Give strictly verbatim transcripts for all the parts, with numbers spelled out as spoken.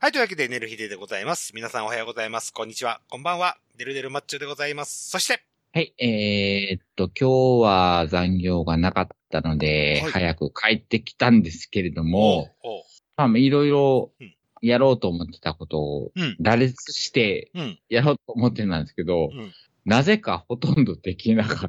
はい、というわけで、寝る日ででございます。皆さんおはようございます。こんにちは。こんばんは。デルデルマッチョでございます。そして。 はい、えー、っと、今日は残業がなかったので、はい、早く帰ってきたんですけれども、おうおうまあ、いろいろやろうと思ってたことを、羅列してやろうと思ってたんですけど、うんうん、なぜかほとんどできなかった、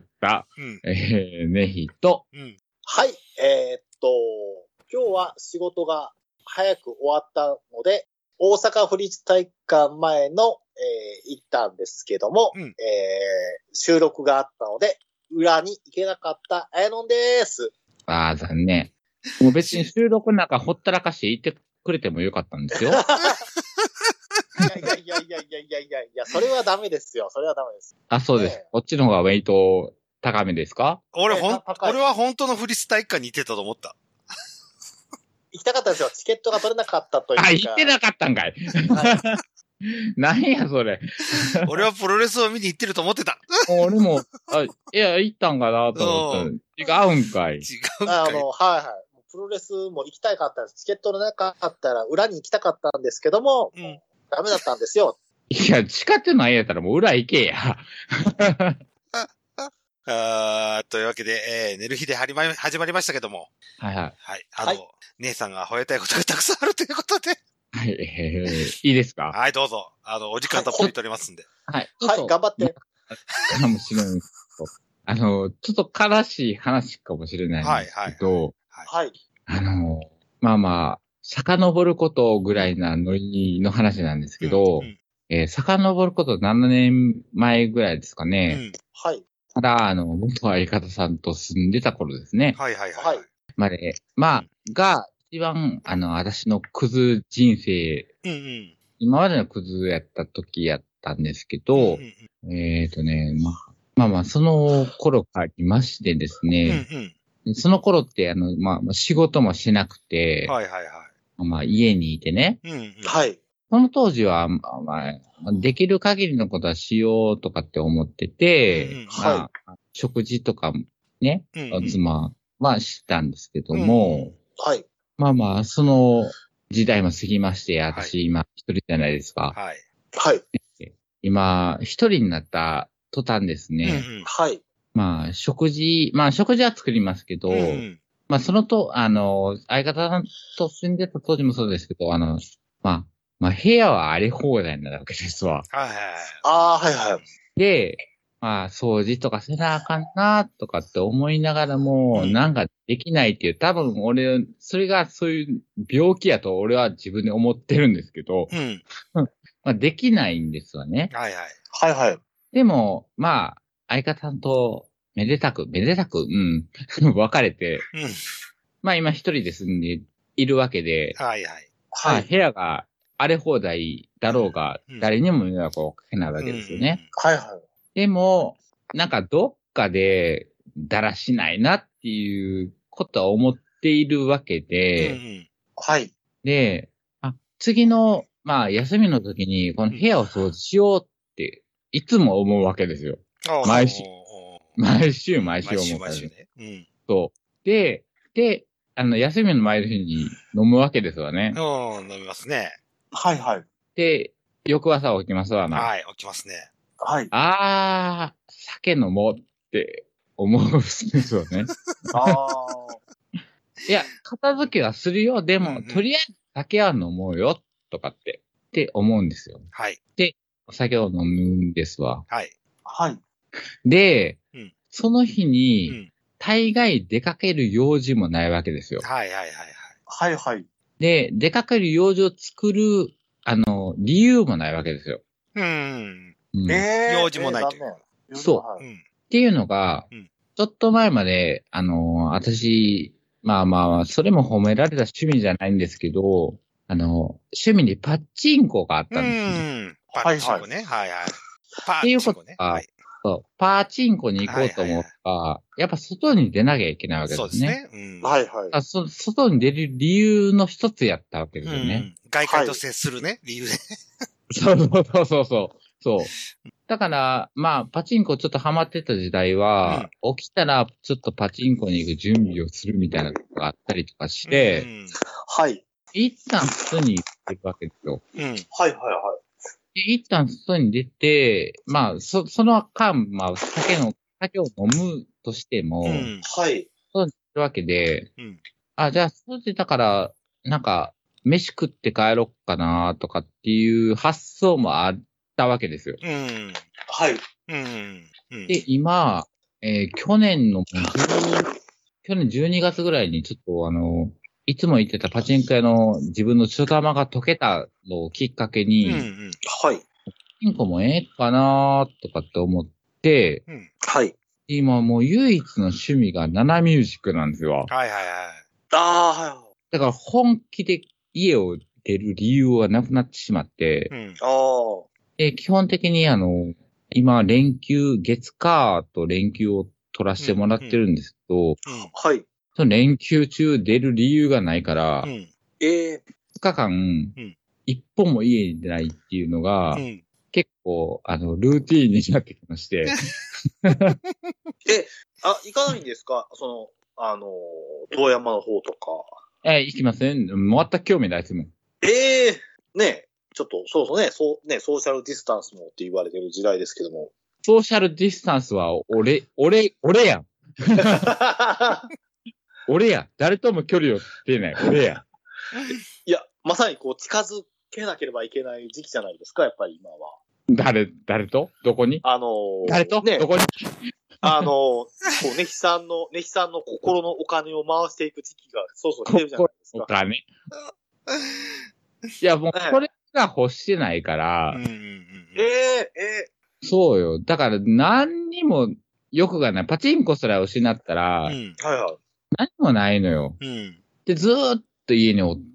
うん、えー、ネヒと、うん、 はい、えー、っと、今日は仕事が早く終わったので、大阪府立体育館前の、えー、行ったんですけども、うん、えー、収録があったので、裏に行けなかったあやのんです。 ああ、残念。もう別に収録なんかほったらかして言ってくれてもよかったんですよ。いやいやいやいやいやいやいやいや、それはダメですよ。それはダメです。 あ、そうです。ね、こっちの方がウェイト高めですか？ 俺ほん、俺は本当の府立体育館に行ってたと思った。 行きたかったんですよ。チケットが取れなかったというか。 あ、行ってなかったんかい。はい、何やそれ。 俺はプロレスを見に行ってると思ってた。 俺も、あ、いや、行ったんかなと思った。違うんかい。 違うんかい。 あの、はいはい。プロレスも行きたかったんです。チケットのなかったら裏に行きたかったんですけども、うん、ダメだったんですよ。 いや、地下ってないやったらもう裏行けや。 あーというわけで、えー、寝る日で始まりましたけども。 はいはい。 はい。あの、はい、姉さんが吠えたいことがたくさんあるということで。 はい、えー、いいですか？ はい、どうぞ。あの、お時間たっぷり取りますんで。 はい。 はい、はい、頑張って。 かもしれないですけど。あの、ちょっと悲しい話かもしれないんですけど、 はい、はい。はい、 あの、まあまあ、遡ることぐらいなノリの話なんですけど、うんうん、えー、遡ることななねんまえぐらいですかね。うん、 はい。 ただ、あの、元相方さんと住んでた頃ですね。 はいはいはい。 まで、まあ、うん、が、一番、あの、私のクズ人生、うんうん、今までのクズやった時やったんですけど、うんうんうん、えっとね、まあ、まあまあ、その頃からいましてですね、うんうん、その頃って、あの、まあ、仕事もしなくて、 はいはいはい。 まあ、家にいてね、 うんうん、はい。 その当時は、まあ、できる限りのことはしようとかって思ってて、うんうん、まあ、はい、食事とかね、うんうん、妻はしたんですけども、うん、 はい。 まあまあ、その時代も過ぎまして、私、はい、今一人じゃないですか。 はい。 はい。 今、一人になった途端ですね。 うんうん、はい。 まあ、食事、まあ、食事は作りますけど、うんうん、まあ、そのと、あの、相方さんと住んでた当時もそうですけど、あの、まあ、まあ、部屋は荒れ放題なわけですわ。 はいはい。 ああ、はいはい。 で、まあ、掃除とかせなあかんな、とかって思いながらも、うん、なんかできないっていう、多分俺、それがそういう病気やと俺は自分で思ってるんですけど、うん。まあ、できないんですわね。 はいはい。 はいはい。 でも、まあ、相方さんと、めでたく、めでたく、うん、別れて、うん、まあ今一人で住んでいるわけで、 はいはい。 まあ部屋が荒れ放題だろうが、うん、誰にも迷惑をかけないわけですよね。 うん、はいはい。 でも、なんかどっかでだらしないなっていうことは思っているわけで、うんうん、 はい。 で、あ、次の、まあ休みの時にこの部屋を掃除しようっていつも思うわけですよ。 うん、 毎週。毎週毎週思う。 毎週毎週ね。うん。 そう。で、で、あの、休みの前の日に飲むわけですわね。 うん、飲みますね。 はいはい。 で、翌朝起きますわな。 はい、起きますね。 はい。 あー、酒飲もうって思うんですよね。 あー。 いや、片付けはするよ。でも、うんうん、とりあえず酒は飲もうよ。とかって、って思うんですよ。 はい。 で、お酒を飲むんですわ。 はい。 はい。 で、うん、その日に、 うん、 大概出かける用事もないわけですよ。 はいはいはいはい。 はいはい。 で、出かける用事を作る、あの、理由もないわけですよ。 うん。 うん、えー、用事もないという。 えー、そう、うん。っていうのが、うん、ちょっと前まで、あの、私、まあまあ、それも褒められた趣味じゃないんですけど、あの、趣味にパッチンコがあったんですね。 うん。パッチンコね。はいはい。パッチンコね。っていうことは、はい、そう、パーチンコに行こうと思ったら、はいはいはい、やっぱ外に出なきゃいけないわけですね。 そうですね。うん、 はいはいあそ。外に出る理由の一つやったわけですよね。 うん、外界と接するね、はい、理由で。 そうそうそうそうそう。そう。だから、まあ、パチンコちょっとハマってた時代は、うん、起きたらちょっとパチンコに行く準備をするみたいなことがあったりとかして、うん、 はい。 一旦外に出るわけですよ。 うん。はいはいはい。 で、一旦外に出て、まあ、そ、その間、まあ、酒の、酒を飲むとしても、うん、 はい。 そうするわけで、 うん。 あ、じゃあ、そうで、だから、なんか、飯食って帰ろっかなとかっていう発想もあったわけですよ。 うん。 はい。 うん。うん、 で、今、えー、去年の、去年じゅうにがつぐらいにちょっとあの、いつも行ってたパチンコ屋の自分の初玉が溶けたのをきっかけに、うんうん、 はい。 パチンコもええかなとかって思って、 うん、はい。 今もう唯一の趣味がナナミュージックなんですよ。 はいはいはい。 ああ、はいはい。 だから本気で家を出る理由はなくなってしまって、うん、 ああ。 で、基本的にあの、今連休、月火と連休を取らせてもらってるんですけど、うんうん、 はい。 その連休中出る理由がないから、うん、 ええー。 ふつかかん、一本も家に出ないっていうのが、うん、結構、あの、ルーティーンになってきまして。 え、あ、行かないんですかその、あの、遠山の方とか。 え、行きません。全く興味ないですもん。 ええー、ねちょっと、そうそうね、そうね、ソーシャルディスタンスもって言われてる時代ですけども。 ソーシャルディスタンスは、俺、俺、俺やん。俺や。誰とも距離を取ってない。俺や。 いや、まさにこう、近づけなければいけない時期じゃないですか、やっぱり今は。 誰、誰とどこにあのー、 誰と、ね、どこにあのー、こう、ネヒさんの、ネヒさんの心のお金を回していく時期が、そうそう来てるじゃないですか。 お金いや、もう、それが欲してないから。 うんうんうん、ええー、ええー。そうよ。だから、何にも欲がない。パチンコすら失ったら、うん、 はいはい。 何もないのよ。うん、で、ずーっと家におって、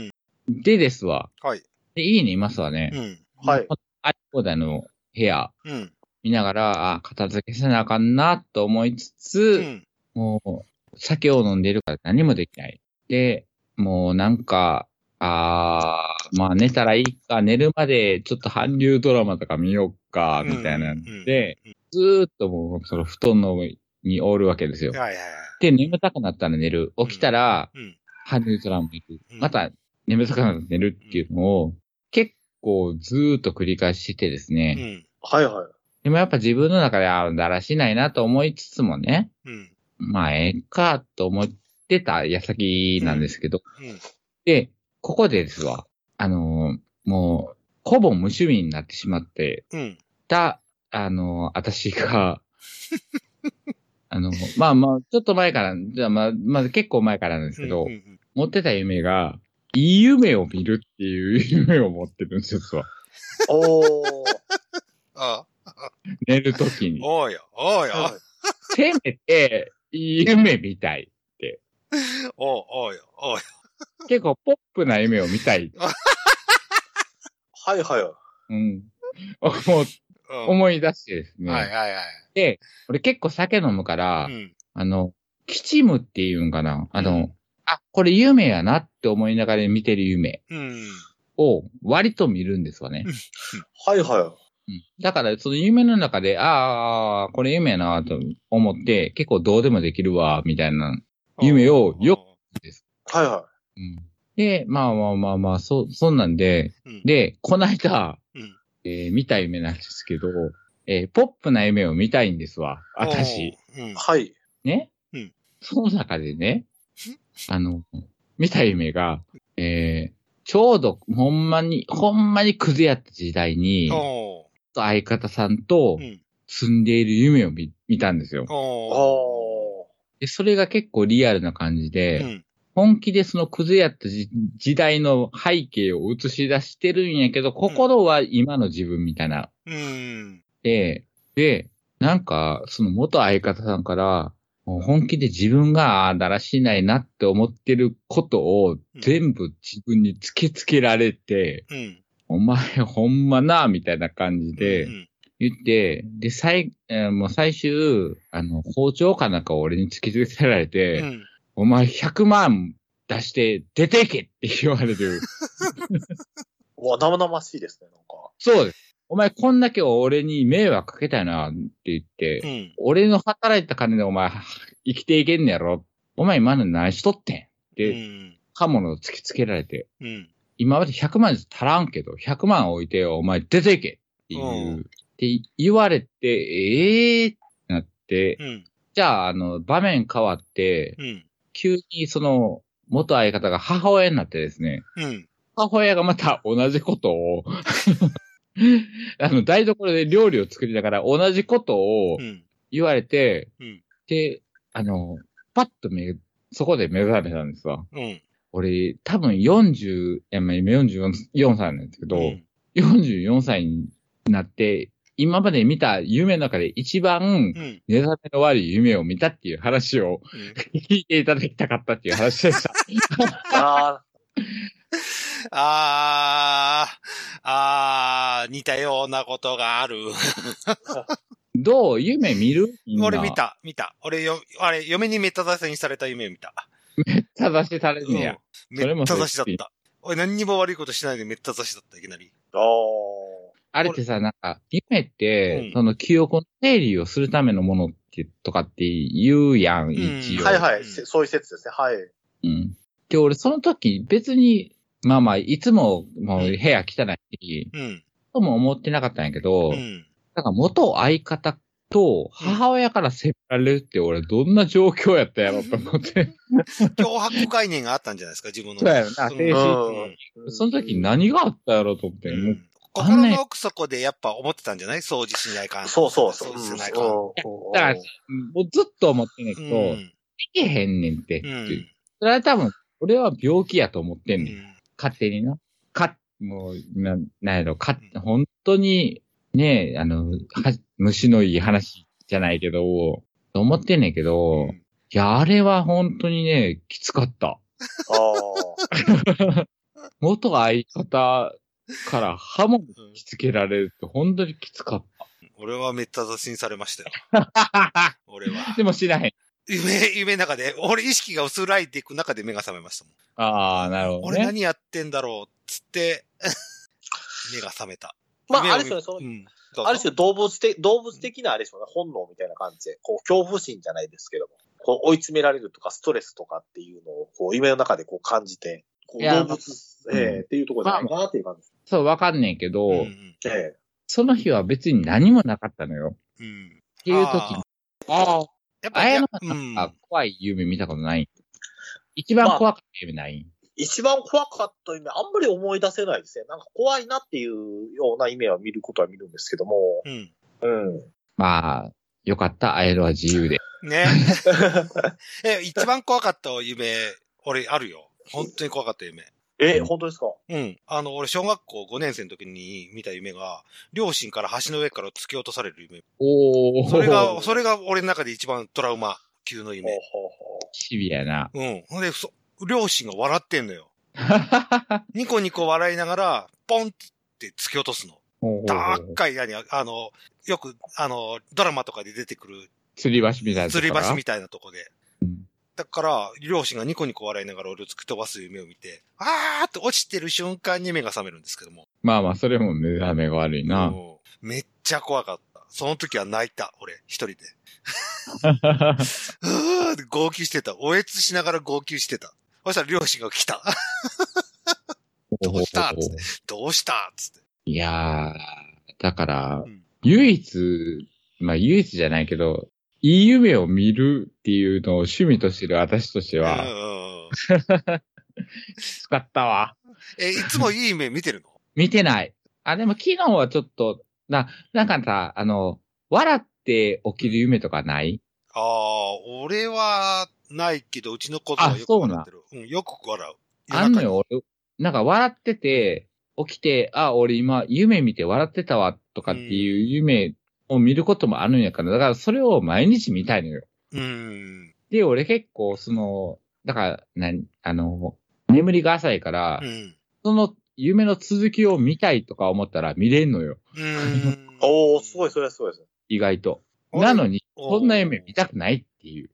うん、でですわ。はい。で、家にいますわね。うん。はい。あり放題の部屋、うん、見ながら、あ、片付けせなあかんなと思いつつ、うん、もう、酒を飲んでいるから何もできない。で、もうなんか、あー、まあ寝たらいいか、寝るまでちょっと韓流ドラマとか見よっか、みたいなんで、うんうん、ずーっともうその布団の上におるわけですよ。はいはいはい。で、眠たくなったら寝る。起きたら、うん、韓流ドラマ見る。また眠たくなったら寝るっていうのを、結構ずーっと繰り返しててですね。うん、 はいはい。 でもやっぱ自分の中で、あ、だらしないなと思いつつもね、うん、まあ、ええかと思ってた矢先なんですけど、うんうん、で、ここでですわ、あのー、もう、ほぼ無趣味になってしまってた、うん、あのー、私が、あの、まあまあ、ちょっと前から、じゃあまあ、まあ結構前からなんですけど、うんうんうん、持ってた夢が、いい夢を見るっていう夢を持ってるんですよ。 おー。 ああ寝るときに。 おうよ、おうよ。 せめて、いい夢見たいって。 おう、おうよ、おうよ。 結構ポップな夢を見たい。 はいはい。 うん。思う、思い出してですね。 はいはいはい。 で、俺結構酒飲むから、うん、あの、きちむっていうんかな。あの、うん、あ、これ夢やなって思いながら見てる夢を割と見るんですわね。 はいはい。 うん、だから、その夢の中で、ああ、これ夢やなと思って、結構どうでもできるわ、みたいな夢をよくです。 はいはい。 うん、で、まあまあまあまあ、そ、そんなんで、うん、で、こないだ、うん、えー、見た夢なんですけど、えー、ポップな夢を見たいんですわ、私。 うん、はい。 ね、うん、その中でね、あの、見た夢が、えー、ちょうど、ほんまに、ほんまにクズやった時代に、相方さんと住んでいる夢を 見, 見たんですよ。で。それが結構リアルな感じで、うん、本気でそのクズやった時代の背景を映し出してるんやけど、心は今の自分みたいな。うん、で、で、なんか、その元相方さんから、もう本気で自分がだらしないなって思ってることを全部自分に突きつけられて、うん、お前ほんまな、みたいな感じで言って、うんうん、で、最、えー、もう最終、あの、包丁かなんかを俺に突きつけられて、うん、お前ひゃくまん出して出ていけって言われる。 わ、生々しいですね、なんか。 そうです。お前こんだけ俺に迷惑かけたよなって言って、うん、俺の働いた金でお前生きていけんねやろ。お前今の何しとってんって刃物を突きつけられて、 うん、 今までひゃくまんじゃ足らんけど、ひゃくまん置いてよ、お前出ていけっていう、って言われて、ええーってなって、うん、じゃあ、あの、場面変わって、うん、急にその、元相方が母親になってですね、うん、母親がまた同じことを、あの、台所で料理を作りながら同じことを言われて、うん、で、あの、パッと目、そこで目覚めたんですわ。うん、俺、多分よんじゅう、いや、まあ今よんじゅうよんさいなんですけど、うん、よんじゅうよんさいになって、今まで見た夢の中で一番、目覚めの悪い夢を見たっていう話を、うん、聞いていただきたかったっていう話でした。 ああー、あー、似たようなことがある。 どう夢見る？ 俺見た、見た。俺よ、あれ、嫁にめった刺しにされた夢を見た。 めった刺しされるねや。 うん、めった刺しだった。俺何にも悪いことしないでめった刺しだった、いきなり。 ああ。 あれってさ、なんか、夢って、うん、その記憶の整理をするためのものって、とかって言うやん、一応、 うん。はいはい、うん。そういう説ですね。はい。 うん。で、俺その時別に、まあまあ、いつも、もう部屋汚いし、うん。とも思ってなかったんやけど、うん。だから元相方と母親から責められるって俺どんな状況やったやろと思って。 脅迫概念があったんじゃないですか、自分の。 そうやろな、精神的に。その時何があったやろと思って。うん、 心の奥底でやっぱ思ってたんじゃない？掃除しないかん。 そうそうそう。 掃除しないかん。だから、もうずっと思ってんねんけど、うん、いけへんねんって。うん、それは多分、俺は病気やと思ってんねん。うん、勝手にな。か、もう、な、なんやろ、か、本当に、ねえ、あの、は、虫のいい話じゃないけど、と思ってんねんけど、うん、いや、あれは本当にね、きつかった。ああ。元相方から刃物きつけられるって本当にきつかった。 俺はめった刺しにされましたよ。俺は。 でも知らへん。 夢、夢の中で、俺意識が薄らいでいく中で目が覚めましたもん。 ああ、なるほど、ね。 俺何やってんだろう、つって、目が覚めた。 まあ、あれですよね、その、うん、ある種動物的、動物的なあれですよね、本能みたいな感じで、こう、恐怖心じゃないですけども、こう、追い詰められるとか、ストレスとかっていうのを、こう、夢の中でこう感じて、こう動物、ええーうん、っていうところじゃないかなっていう感じです。 そう、わかんねんけど、うん、ええ、その日は別に何もなかったのよ。うん、っていう時に、ああ、やっぱり、あやのさん怖い夢見たことない？一番怖かった夢ない？まあ、 一番怖かった夢、あんまり思い出せないですね。なんか怖いなっていうような夢は見ることは見るんですけども。うん。うん。 まあ、よかった。会えるは自由で。 ね。え、一番怖かった夢、俺あるよ。本当に怖かった夢。 え、うん、本当ですか？ うん。あの、俺小学校ごねん生の時に見た夢が、両親から橋の上から突き落とされる夢。おー。それが、それが俺の中で一番トラウマ級の夢。ほうほうほう。シビアな。 うん。ほんで、そ、両親が笑ってんのよ。ニコニコ笑いながら、ポンって突き落とすの。高い、やに、あの、よく、あの、ドラマとかで出てくる。 吊り橋みたいなとこ。吊り橋みたいなとこで。うん、だから、両親がニコニコ笑いながら俺を突き飛ばす夢を見て、あーって落ちてる瞬間に目が覚めるんですけども。 まあまあ、それも目覚めが悪いな。 めっちゃ怖かった。その時は泣いた、俺、一人で。うーって号泣してた。おえつしながら号泣してた。そしたら両親が来た。どうしたつって。どうしたつって。 いやー、だから、うん、唯一、まあ唯一じゃないけど、いい夢を見るっていうのを趣味としてる私としては、きつかったわ。 え、いつもいい夢見てるの？ 見てない。あ、でも昨日はちょっと、な、なんかさ、あの、笑って起きる夢とかない？ ああ、俺はないけど、うちの子供はよく笑ってる。う, うん、よく笑う。 あんのよ、俺、なんか笑ってて、起きて、あ、俺今夢見て笑ってたわとかっていう夢を見ることもあるんやから、だからそれを毎日見たいのよ。うん。で、俺結構その、だから、な、あの、眠りが浅いから、うん、その夢の続きを見たいとか思ったら見れんのよ。 うん。おー、すごい、それはすごいです。 意外と。なのに、そんな夢見たくないっていう。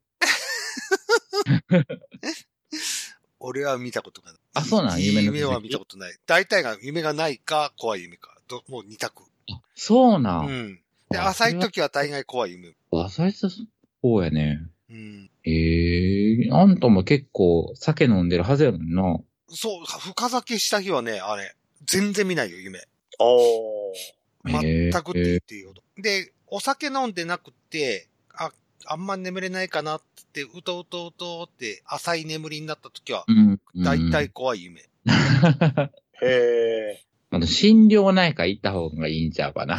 俺は見たことがない。 あ、そうなん？ 夢の夢は見たことない。大体が夢がないか、怖い夢か。どもう二択。 そうなん。 うん。で、浅い時は大概怖い夢。 浅いと、そうやね。 うん。 ええー、あんたも結構酒飲んでるはずやもんな。 そう、深酒した日はね、あれ、全然見ないよ、夢。 おー。全くって言っていいほど。で、お酒飲んでなくて、あ、あんま眠れないかなって、うとうとうとって浅い眠りになった時は、だいたい怖い夢。 へえ。 あの、心療内科行った方がいいんちゃうかな。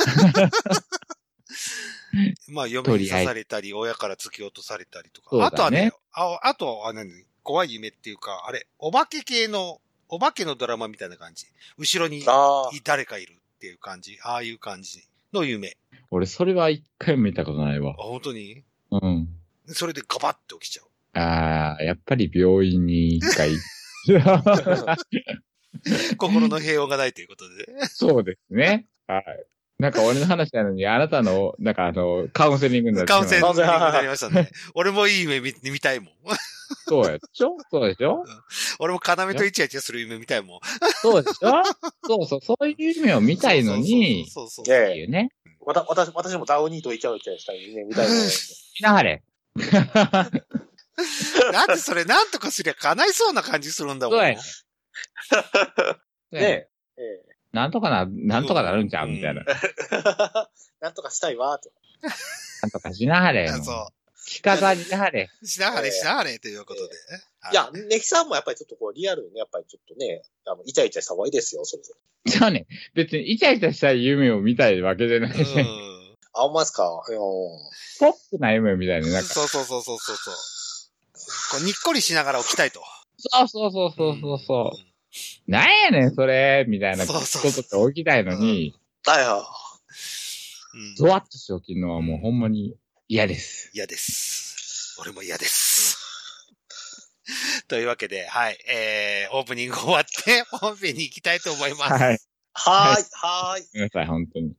まあ、嫁に刺されたり、親から突き落とされたりとか。 ね、 あとはね、あ, あとは何、怖い夢っていうか、あれ、お化け系の、お化けのドラマみたいな感じ。後ろに誰かいるっていう感じ。ああいう感じの夢。 俺、それは一回も見たことないわ。 あ、本当に？ うん。 それでガバッて起きちゃう。 ああ、やっぱり病院に一回。 心の平穏がないということで。 そうですね。はい。なんか俺の話なのに、あなたの、なんかあの、カウンセリングになってカウンセリングになりましたね。俺もいい夢 見, 見たいもん。 そうやでしょそうでしょ、うん、 俺も要とイチャイチャする夢見たいもん。 そうでしょそうそう、そういう夢を見たいのに、 そうそうそう。っていうね。わた、私、私もダウニーとイチャイチャしたい夢見たいの。 見なはれ。 だってそれなんとかすりゃ叶いそうな感じするんだもん。そうやね。 ねえ。なんとかな、なんとかなるんちゃう、うん、みたいな。 なんとかしたいわ、と。 なんとかしなはれ。そう。仕方になはれ。 しなはれ、しなはれ、ということで。 えー、いや、ネキさんもやっぱりちょっとこう、リアルにね、やっぱりちょっとね、あの、イチャイチャした方がいいですよ、それぞれ。じゃあね、別にイチャイチャしたい夢を見たいわけじゃないし。うん。 あ、ほんまですか？ ポップな夢を見たいね、なんか。 そうそうそうそうそう。こうにっこりしながら起きたいと。 そうそうそうそうそうそう。うんなんやねん、それ、みたいなことって起きたいのに。 だよ。 ゾワッとして起きるのはもうほんまに嫌です。 嫌です。俺も嫌です。というわけで、はい、えー、オープニング終わって、本編に行きたいと思います。 はい。 はい、はい。 ごめんなさい、本当に。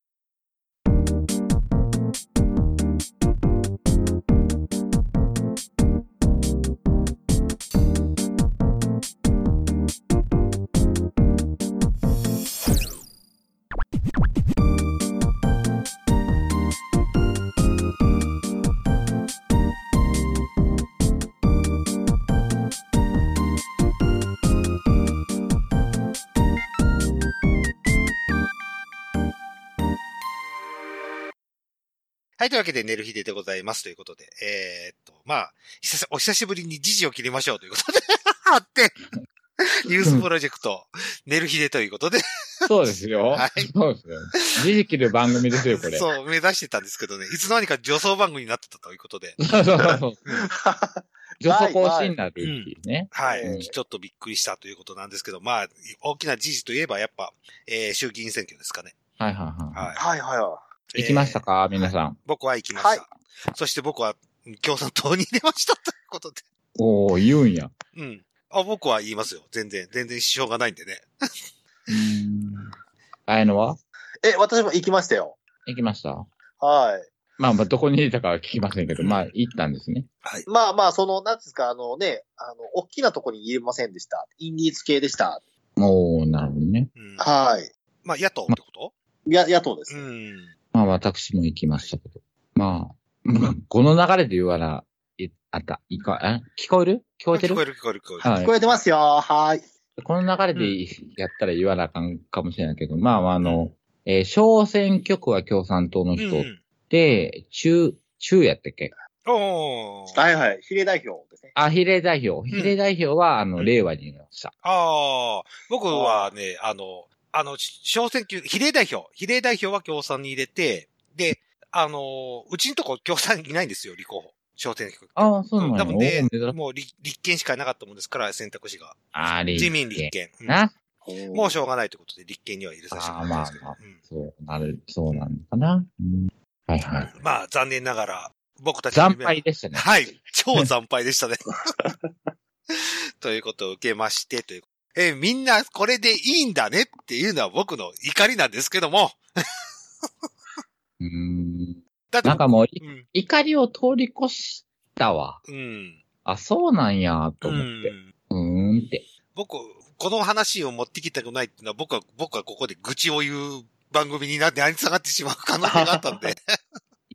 はい、というわけで、寝る日ででございますということで、えー、っと、まあ、お久しぶりに時事を切りましょうということで、あって、ニュースプロジェクト、寝る日でということで。 そうですよ。はい。そうですよ。時事切る番組ですよ、これ。 そう、目指してたんですけどね、いつの間にか女装番組になってたということで。 そうそうそう。女装更新になるっていうね。 はい、はいうん。ちょっとびっくりしたということなんですけど、まあ、大きな時事といえば、やっぱ、えー、衆議院選挙ですかね。 はいはいはい。 はいはいはい。 行きましたか、えー、皆さん、はい。 僕は行きました。はい、そして僕は共産党に入れましたということで。 おー、言うんや。 うん。あ、僕は言いますよ。全然、全然支障がないんでね。 うーん。あやのは？ え、私も行きましたよ。 行きました？ はい。 まあまあ、どこに入れたかは聞きませんけど、まあ、行ったんですね。 はい。まあまあ、その、なんですか、あのね、あの、大きなところに入れませんでした。インディーズ系でした。 おー、なるほどね。 うん、 はい。 まあ、野党ってこと？ や、野党です。 うん。 まあ、私も行きましたけど。まあ、この流れで言わな、あった、いか、え聞こえる聞こえてる聞こえる聞こえる聞こえる。 はい、聞こえてますよ。はい。 この流れでやったら言わなあかんかもしれないけど、うん、まあ、あの、えー、小選挙区は共産党の人、うん、で、中、中やったっけ？ おー。はいはい。比例代表ですね。 あ、比例代表。比例代表は、うん、あの、令和に入れました。 ああ、僕はね、あの、あの、小選挙、比例代表。比例代表は共産に入れて、で、あの、うちのとこ共産いないんですよ、立候補。小選挙区。 ああ、そうなんだ。 多分ね、もう立憲しかいなかったもんですから、選択肢が。 ああ、 自民立憲。うん、 な。 もうしょうがないということで、立憲には入れさせてもらったんですけど。 ああ、まあまあ、うん、そうなる、そうなのかな。うん、はいはい。 まあ、残念ながら、僕たち惨敗でしたね。 はい。超惨敗でしたね。ということを受けまして、というえー、みんなこれでいいんだねっていうのは僕の怒りなんですけども。 うーん。だってなんかもう、うん、怒りを通り越したわ。 うん。 あ、そうなんや、と思って。うん、うーんって。 僕、この話を持ってきたくないっていうのは、僕は、僕はここで愚痴を言う番組になってあり下がってしまう可能性があったんで。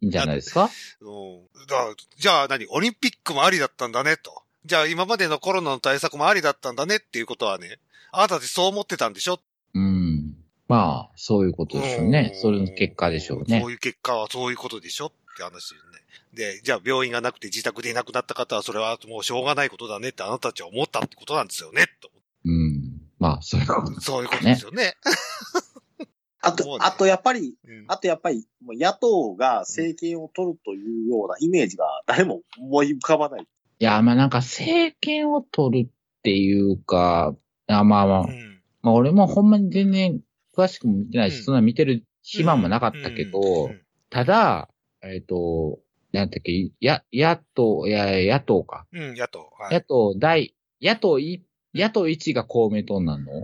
いんじゃないですか。 うん、だじゃあ何オリンピックもありだったんだねと。じゃあ今までのコロナの対策もありだったんだねっていうことはね、あなたってそう思ってたんでしょ。 うん。まあ、そういうことでしょうね。それの結果でしょうね。 そういう結果はそういうことでしょって話ですよね。で、じゃあ病院がなくて自宅でいなくなった方はそれはもうしょうがないことだねってあなたたちは思ったってことなんですよね。とうん。まあ、そういうこと、 ね。そういうことですよね。 あと、ね、あとやっぱり、うん、あとやっぱり、野党が政権を取るというようなイメージが誰も思い浮かばない。 いや、まあなんか政権を取るっていうか、あまあまあ、うん、まあ俺もほんまに全然詳しくも見てないし、うん、そんな見てる暇もなかったけど、うん、ただ、えっと、なんだっけ、や、野党、いや、野党か。 うん、野党。 はい、野党、大、野党い、野党いちが公明党なの？ うん、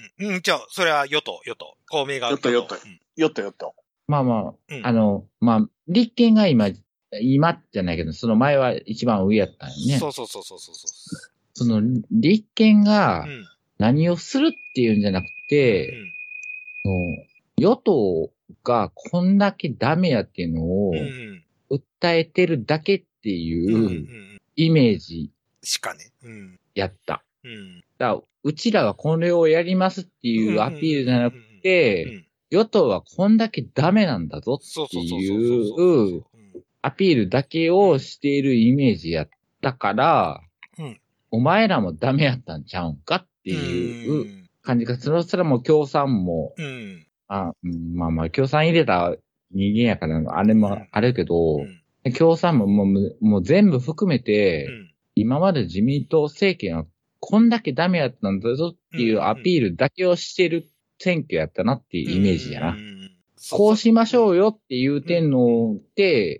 うん、じゃあ、それは与党、与党。公明が与党。与党、与党、与党。 まあまあ、うん、あの、まあ、立憲が今、今じゃないけど、その前は一番上やったんよね。 そうそうそうそうそう。 その、立憲が何をするっていうんじゃなくて、うん、与党がこんだけダメやっていうのを訴えてるだけっていうイメージしかね、 やった。 うん、 だからうちらはこれをやりますっていうアピールじゃなくて、与党はこんだけダメなんだぞっていうアピールだけをしているイメージやったから、うん、お前らもダメやったんちゃうんかっていう感じが、そのそれも共産も、うん、あまあまあ共産入れた人間やからあれもあるけど、うんうん、共産ももうもう全部含めて、うん、今まで自民党政権はこんだけダメやったんだぞっていうアピールだけをしてる選挙やったなっていうイメージやな。うんうん、こうしましょうよって言うてんのって、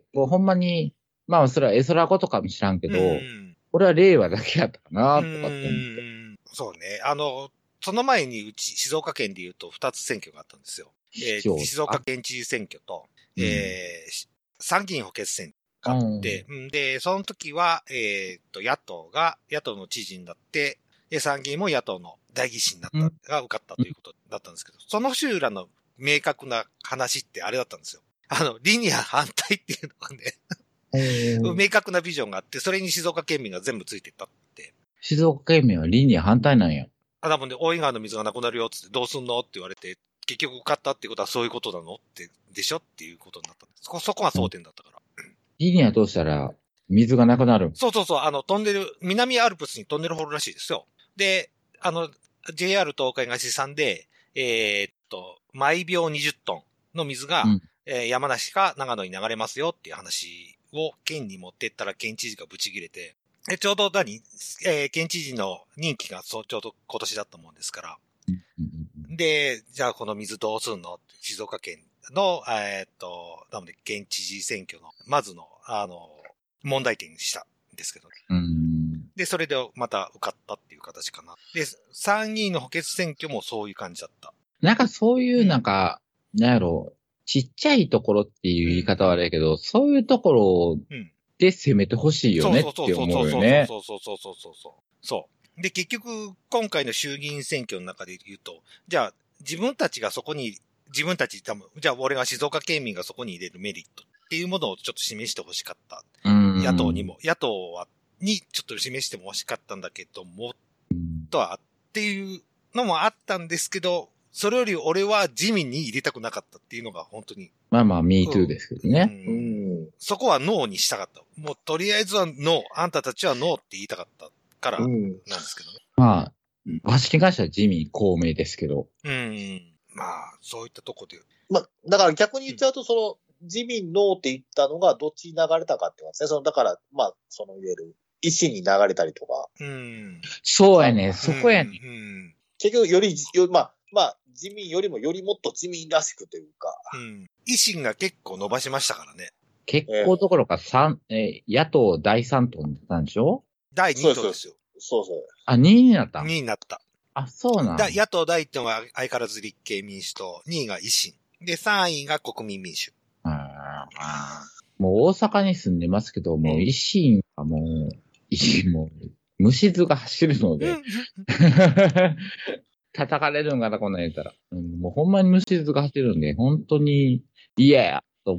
もうほんまに、まあそれは絵空ことかもしらんけど、うん、俺は令和だけやったかなとかって思って。 そうね。あの、その前にうち静岡県で言うと二つ選挙があったんですよ。えー、静岡県知事選挙と、うん、えー、参議院補欠選挙があって、うん、で、その時は、えー、っと、野党が、野党の知事になって、参議院も野党の代議士になった、うん、が受かったということだったんですけど、その州らの明確な話ってあれだったんですよ。あの、リニア反対っていうのがね、明確なビジョンがあって、それに静岡県民が全部ついてったって。 静岡県民はリニア反対なんや。 あ、多分ね、大井川の水がなくなるよってどうすんのって言われて、結局受かったってことはそういうことなのって、でしょっていうことになったんです。そこ、そこが争点だったから。 リニアどうしたら水がなくなる？ そうそうそう、あの、トンネル、南アルプスにトンネル掘るらしいですよ。で、あの、ジェイアール 東海が試算で、えー、っと、毎秒にじゅっトンの水が、うん、えー、山梨か長野に流れますよっていう話を県に持ってったら県知事がブチ切れて、えちょうど何、えー、県知事の任期がそうちょうど今年だったもんですから。うん、で、じゃあこの水どうすんのって静岡県の、えー、っと、なので県知事選挙の、まずの、あの、問題点にしたんですけどね。 うんで、それでまた受かったっていう形かな。で、参議院の補欠選挙もそういう感じだった。 なんかそういうなんか、うん、なんやろう、ちっちゃいところっていう言い方はあれやけど、うん、そういうところで攻めてほしいよねって思うよね。 そうそうそうそうそうそうそう。そう。で、結局、今回の衆議院選挙の中で言うと、じゃあ、自分たちがそこに、自分たち、多分、じゃあ俺が静岡県民がそこに入れるメリットっていうものをちょっと示してほしかった。野党にも。野党は、にちょっと示しても欲しかったんだけども、とは、っていうのもあったんですけど、それより俺は自民に入れたくなかったっていうのが本当に。 まあまあ、me too ですけどね。 うん、そこはノーにしたかった。もうとりあえずはノー。あんたたちはノーって言いたかったからなんですけどね。 まあ、私に関しては自民公明ですけど。 うん。まあ、そういったとこで。 まあ、だから逆に言っちゃうと、その、自民ノーって言ったのがどっちに流れたかってことですね。その、だから、まあ、そのいわゆる、維新に流れたりとか。 うん。 そうやね。そこやね。 うん。 結局、より、よまあ、まあ、自民よりもよりもっと自民らしくというか。 うん。維新が結構伸ばしましたからね。 結構どころか三、えー、野党第三党になったんでしょ？ 第二党ですよ。 そうそう。 あ、にいになった？ にいになった。 あ、そうなんだ。 野党第一党は相変わらず立憲民主党、にいが維新。で、さんいが国民民主。 ああ。もう大阪に住んでますけど、もう維新はもう、維新も虫図が走るので。叩かれるんかな、こんなん言ったら。うん、もうほんまに虫図が走るんで、本当に嫌やと思って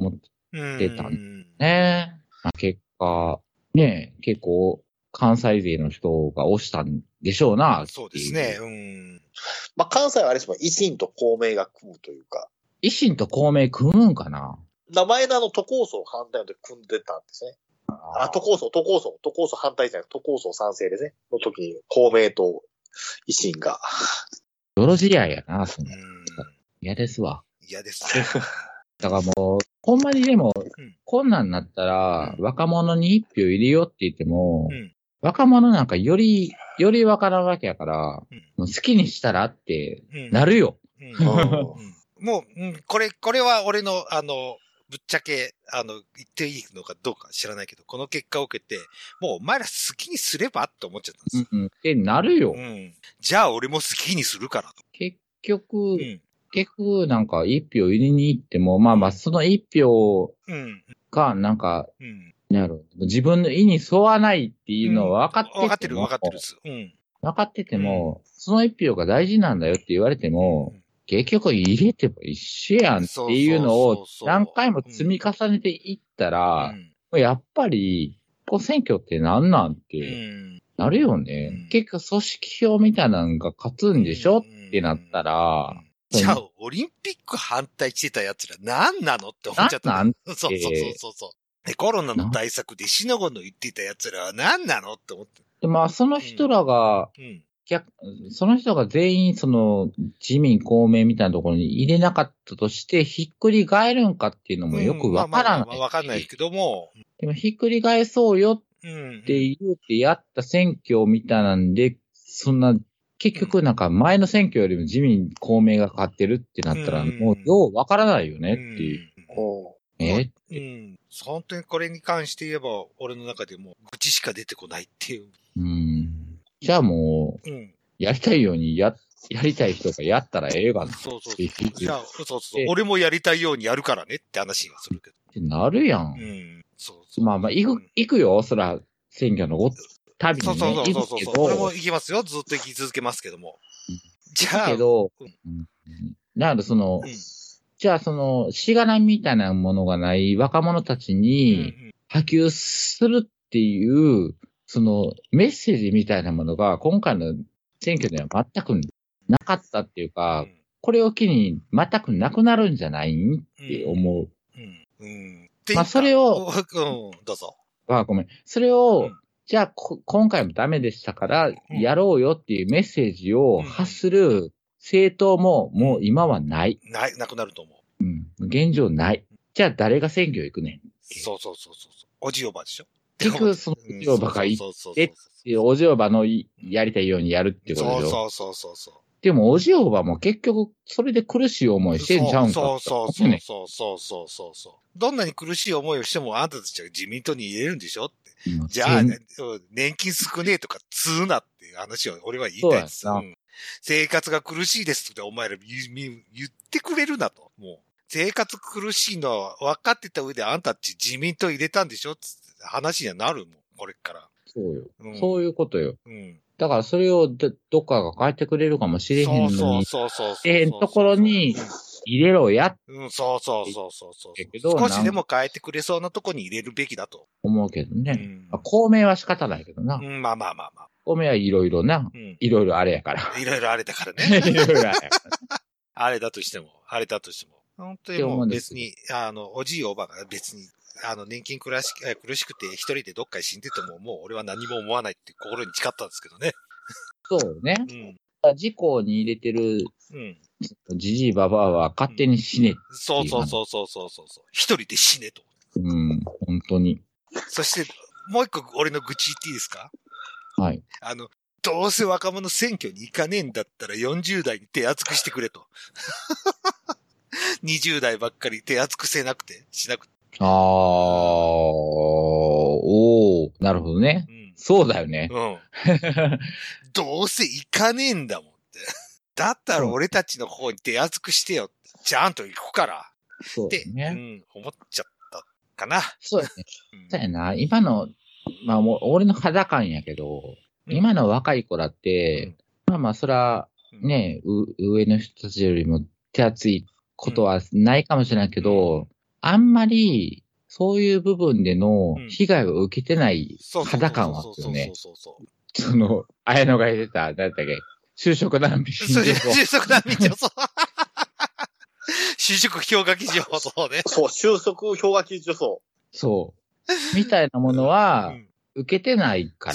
出たんね。まあ、結果、ね、結構、関西勢の人が押したんでしょうな。 そうですね。うん。 まあ、関西はあれですもん、維新と公明が組むというか。 維新と公明組むんかな。 名前のあの都構想反対の時組んでたんですね。あ、都構想、都構想、都構想反対じゃなくて、都構想賛成ですね。の時に公明と維新が。 泥仕合やな、その。嫌ですわ。 嫌です。 だからもう、ほんまにでも、うん、こんなんなったら、うん、若者に一票入れようって言っても、うん、若者なんかより、よりわからんわけやから、うん、もう好きにしたらってなるよ。 もう、うん、これ、これは俺の、あの、ぶっちゃけ、あの、言っていいのかどうか知らないけど、この結果を受けて、もうお前ら好きにすればって思っちゃったんですよ。 うんうん。ってなるよ。 うん。じゃあ俺も好きにするからと。 結局、うん、結局なんか一票入れに行っても、まあまあその一票がなんか、うん、なる自分の意に沿わないっていうのは分かってても、 うん、分かってる分かってるです。うん。 分かってても、うん、その一票が大事なんだよって言われても、うん、結局入れても一緒やんっていうのを何回も積み重ねていったら、うん、やっぱり、こう選挙って何なんってなるよね。うん、結局組織票みたいなのが勝つんでしょってなったら、うん、 じゃあ、オリンピック反対してた奴ら何なのって思っちゃった。 なんそうそうそうそう。で、コロナの対策で死の子の言っていた奴らは何なのって思って。 で、まあ、その人らが、うんうん逆、その人が全員その自民公明みたいなところに入れなかったとして、ひっくり返るんかっていうのもよくわからない。うん、まあまあまあわかんないけども。 でもひっくり返そうよって言うてやった選挙みたいなんで、そんな、結局なんか前の選挙よりも自民公明が勝ってるってなったら、もうようわからないよねっていう。 うん、えうん。本当にこれに関して言えば、俺の中でも愚痴しか出てこないっていう。 うんじゃあもう、うん、やりたいようにや、やりたい人がやったらええがな。 そうそうそう。じゃあ、そうそう。俺もやりたいようにやるからねって話がするけど。 ってなるやん。うん。そうそう。まあまあ、行く、行くよ。そら、選挙の旅にね。 そうそうそうそうそう。俺も行きますよ。ずっと行き続けますけども。じゃあ。 けど、うん、なるその、うん、じゃあその、しがらみみたいなものがない若者たちに波及するっていう、うんうんそのメッセージみたいなものが今回の選挙では全くなかったっていうか、うん、これを機に全くなくなるんじゃないんって思う。うんうん、まあそれを、 うん、どうぞ。 あ、ごめん。それを、うん、じゃあ今回もダメでしたからやろうよっていうメッセージを発する政党ももう今はない。 ない、なくなると思う。うん。現状ない。じゃあ誰が選挙行くねん。 そうそうそうそう。おじおばでしょ。 結局、その、おじおばがいて、おじおばのやりたいようにやるってことでしょ。 そうそうそうそう。 でも、おじおばも結局、それで苦しい思いしてんちゃうんか。 そうそうそうそうそうそうそうそう。どんなに苦しい思いをしても、あんたたちは自民党に入れるんでしょって。じゃあ、年金少ねえとか、つうなっていう話を俺は言いたいです。うん、生活が苦しいですって、お前ら言ってくれるなと。もう。生活苦しいのは分かってた上であんたたち自民党入れたんでしょつって話にはなるもん、これから。 そうよ。うん、そういうことよ。うん。だからそれをどどっかが変えてくれるかもしれへんのに。そうそうそうそう。えへんところに入れろや。 うん、そうそうそうそうそう。少しでも変えてくれそうなとこに入れるべきだと。 思うけどね。うん、まあ、公明は仕方ないけどな。 うん、まあまあまあまあ。 公明はいろいろな。いろいろあれやから。 いろいろあれだからね。いろいろあれやから。あれだとしても、あれだとしても。本当にもう別に、あの、おじいおばが別に、あの、年金苦し苦しくて一人でどっかに死んでても、もう俺は何も思わないって心に誓ったんですけどね。 そうね。うん。事故に入れてる、うん。じじいばばあは勝手に死ね、うん。 そうそうそうそうそうそう。一人で死ねと。 うん、本当に。 そして、もう一個俺の愚痴言っていいですか？ はい。 あの、どうせ若者選挙に行かねえんだったらよんじゅう代に手厚くしてくれと。にじゅう代ばっかり手厚くせなくて、しなくて。 ああ、おー、なるほどね。うん、そうだよね。うん。 どうせ行かねえんだもんって。だったら俺たちの方に手厚くしてよって。ちゃんと行くから。 そうだね。 って、うん、思っちゃったかな。 そうだね。うん、そうやな。今の、まあもう俺の肌感やけど、うん、今の若い子らって、うん、まあまあそら、ね、うん、上の人たちよりも手厚いことはないかもしれないけど、うん、 あんまり、そういう部分での被害を受けてない肌感はあるよね。その、綾野が言ってた、なんだっけ、就職難民女装。就職難民女装。就職氷河期女装ね。 そう、就職氷河期女装。 そう。みたいなものは、受けてないから、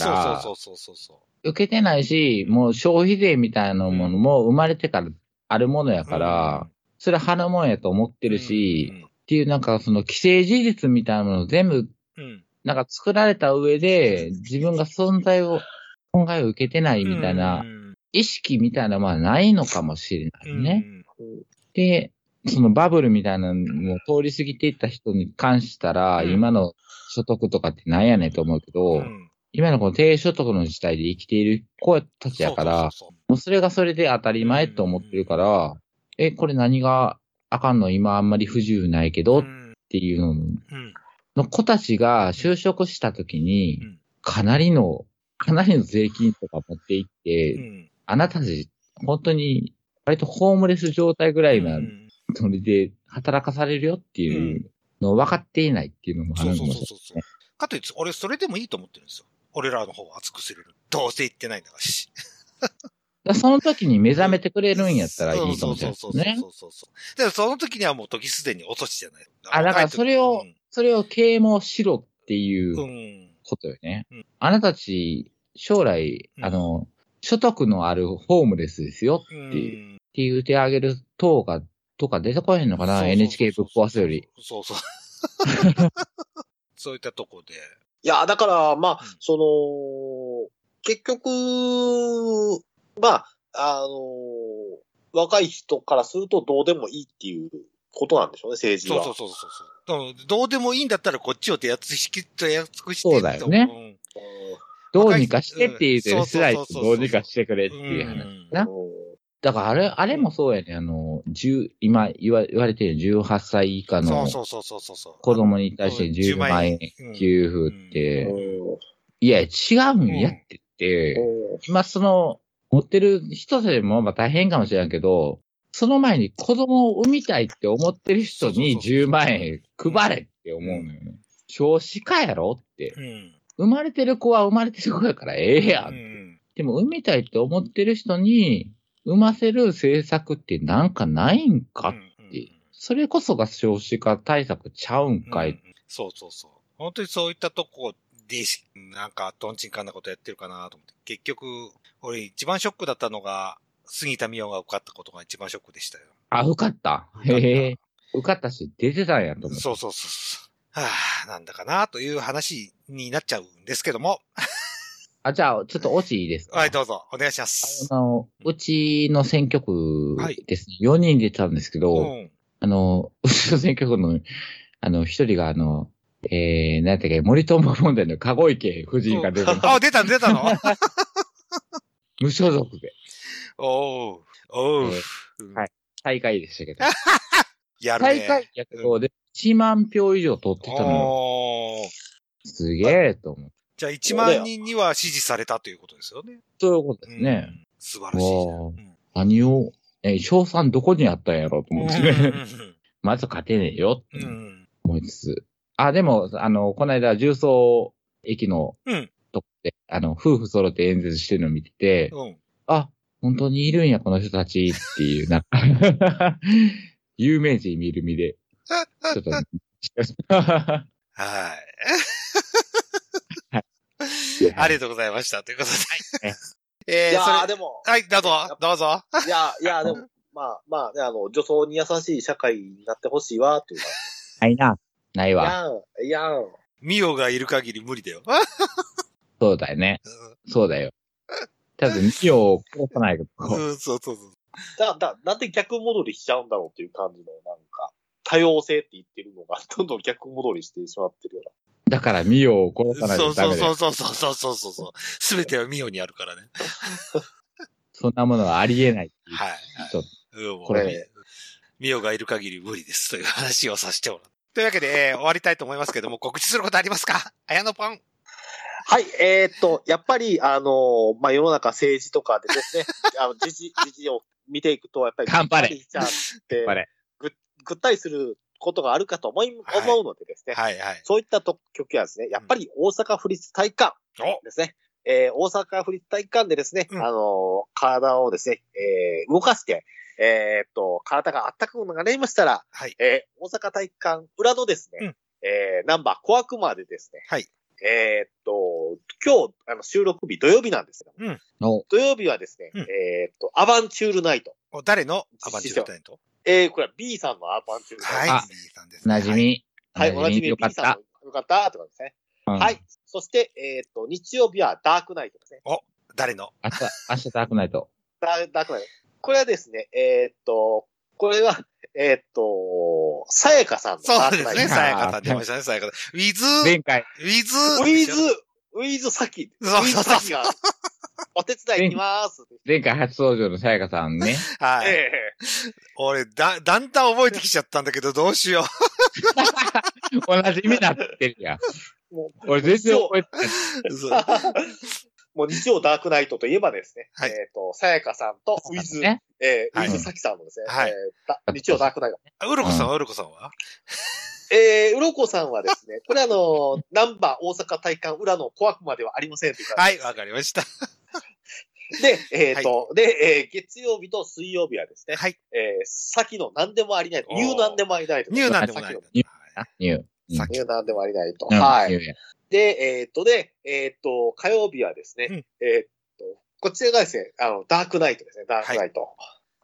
そうそうそうそう。 受けてないし、もう消費税みたいなものも生まれてからあるものやから、うん、それは花もんやと思ってるし、うん、っていうなんかその既成事実みたいなものを全部、うん、なんか作られた上で、自分が存在を、損害を受けてないみたいな、意識みたいなのはないのかもしれないね。うん、で、そのバブルみたいなのを通り過ぎていった人に関したら、うん、今の所得とかってなんやねんと思うけど、うん、今のこの低所得の時代で生きている子たちやから、もうそれがそれで当たり前と思ってるから、うん、え、これ何があかんの今あんまり不自由ないけどっていうのの子たちが就職した時に、かなりの、かなりの税金とか持っていって、うん、あなたたち本当に割とホームレス状態ぐらいな、うんそれで働かされるよっていうのを分かっていないっていうのもあるんですよ、ね。そうそうそうそう。 かといって、俺それでもいいと思ってるんですよ。俺らの方を熱くする。どうせ言ってないんだからし。 だその時に目覚めてくれるんやったらいいかもしれないですね。 そうそうそうそう。だからその時にはもう時すでに遅しじゃない。 あ、だからそれを、うん、それを啓蒙しろっていうことよね。うん、あなたたち、将来、うん、あの、所得のあるホームレスですよっていう、うん、って言ってあげる党が、とか出てこへんのかな ?エヌエイチケー ぶっ壊すより。 そうそう。そういったとこで。 いや、だから、まあ、うん、その、結局、まあ、あの、若い人からするとどうでもいいっていうことなんでしょうね、政治は。 そうそうそうそう。どうでもいいんだったらこっちを手厚くして、手厚くして。 そうだよね。うん、どうにかしてって言うてる世代とどうにかしてくれっていう話な。だからあれ、あれもそうやね。あの、十、今言わ言われてるじゅうはっさい以下の子供に対してじゅうまん円給付って、いや、違うんやってって、今その、持ってる人でもまあ大変かもしれんけど、その前に子供を産みたいって思ってる人にじゅうまん円配れって思うのよね。少子化やろって。生まれてる子は生まれてる子やからええやん。でも産みたいって思ってる人に、産ませる政策ってなんかないんかって、うんうん、それこそが少子化対策ちゃうんかい、うんうん、 そうそうそう。本当にそういったとこで、なんかトンチンカンなことやってるかなと思って。結局、俺一番ショックだったのが、杉田美代が受かったことが一番ショックでしたよ。 あ、受かった。へえ。受かったし、出てたんやと思って。 そうそうそうそう。はぁ、なんだかなという話になっちゃうんですけども。 あ、じゃあ、ちょっとオチいいですか？ はい、どうぞ。お願いします。 あの、うちの選挙区ですね。はい、よにん出たんですけど、うん、あの、うちの選挙区の、あの、一人があの、えー、なんていうか、森友問題の籠池夫人が出てた。あ、出た、出たの無所属で。 おー、おー、 えー。はい。最下位でしたけど。 やるね。 最下位やけど、で、いちまん票以上取ってたの。すげえと思って。 じゃあいちまん人には支持されたということですよね。 そういうことですね。 うん、素晴らしい、 うん。何を、え、賞賛どこにあったんやろうと思ってね。まず勝てねえよって思いつつ。うん、あ、でも、あの、この間、重曹駅のとこで、うん、あの、夫婦揃って演説してるのを見てて、うん、あ、本当にいるんや、この人たちっていう、なんか、有名人見る身で、ちょっと、はい。 ありがとうございました。ということで。はい、 えー、いやー、でも。 はい、どうぞ、どうぞ。 いや、いや、でも、まあ、まあ、ね、あの、女装に優しい社会になってほしいわ、というか。 ないな。ないわ。 やん、やん。 ミオがいる限り無理だよ。 そうだよね。そうだよ。ただ、ミオを殺さないこと。 うん、そうそうそう。 だ、だ、なんで逆戻りしちゃうんだろうっていう感じの、なんか、多様性って言ってるのが、どんどん逆戻りしてしまってるような。 だから、ミオを殺さないとダメだよ。 そうそうそうそうそうそう。すべてはミオにあるからね。 そんなものはありえない。 はい。ちょっと。 これ。ミオがいる限り無理ですという話をさせてもらう。というわけで、えー、終わりたいと思いますけども、告知することありますか？綾野パン。 はい、えー、っと、やっぱり、あのー、まあ、世の中政治とかでですね、あの、時事、時事を見ていくと、やっぱり、 頑張れ。 しちゃって、ぐ、ぐったりすることがあるかと思い、はい、思うのでですね。 はいはい。 そういったと曲はですね、やっぱり大阪府立体育館ですね。えー、大阪府立体育館でですね、うん、あのー、体をですね、えー、動かして、えー、っと、体が暖かくなりましたら、はい、えー、大阪体育館裏のですね、うん、えー、ナンバー小悪魔でですね、はい、えー、っと、今日、あの、収録日土曜日なんですけど、うん、土曜日はですね、うん、えー、っと、アバンチュールナイト。 誰のアバンチュールナイト？ えー、これは B さんのアバンチュールナイト。 はい、B さんですね。 馴染み。 はい、おなじみ B さんのよかったってことですね。うん、はい。そして、えっと、日曜日はダークナイトですね。 お、誰の？ 明日、明日ダークナイト。 ダー、ダークナイト。これはですね、えっと、これは、えっと、さやかさんのダークナイト。そうですね、さやかさん出ましたね、さやかさん。ウィズ、 前回。 ウィズ、 ウィズ、ウィズサキ。ウィズサキが、お手伝い行きまーす。 前回初登場のさやかさんね。 はい。ええー、俺、だ、だんだん覚えてきちゃったんだけど、どうしよう。同じ意味になってるやん。もう俺全然覚えてない。 もう日曜ダークナイトといえばですね、はい、えっ、ー、と、さやかさんとウィズ、ね、えー、はい、ウィズサキさんのですね、はい、えー、日曜ダークナイト。 うろこさんは、うろこさんはえー、うろこさんはですね、これあの、ナンバー大阪体育館裏の小悪魔ではありませんというか。 はい、わかりました。 で、えっ、ー、と、はい、で、えー、月曜日と水曜日はですね、 はい。 えー、先の何でもありないと、ニュー何でもありないと。 ニュー何でもないと。 ニュー。ニュー。 ニュー何でもありないと。はい。で、えっ、ー、と、で、えっ、ー、と、火曜日はですね、うん、えっ、と、こちらがですね、あの、ダークナイトですね、ダークナイト。はい、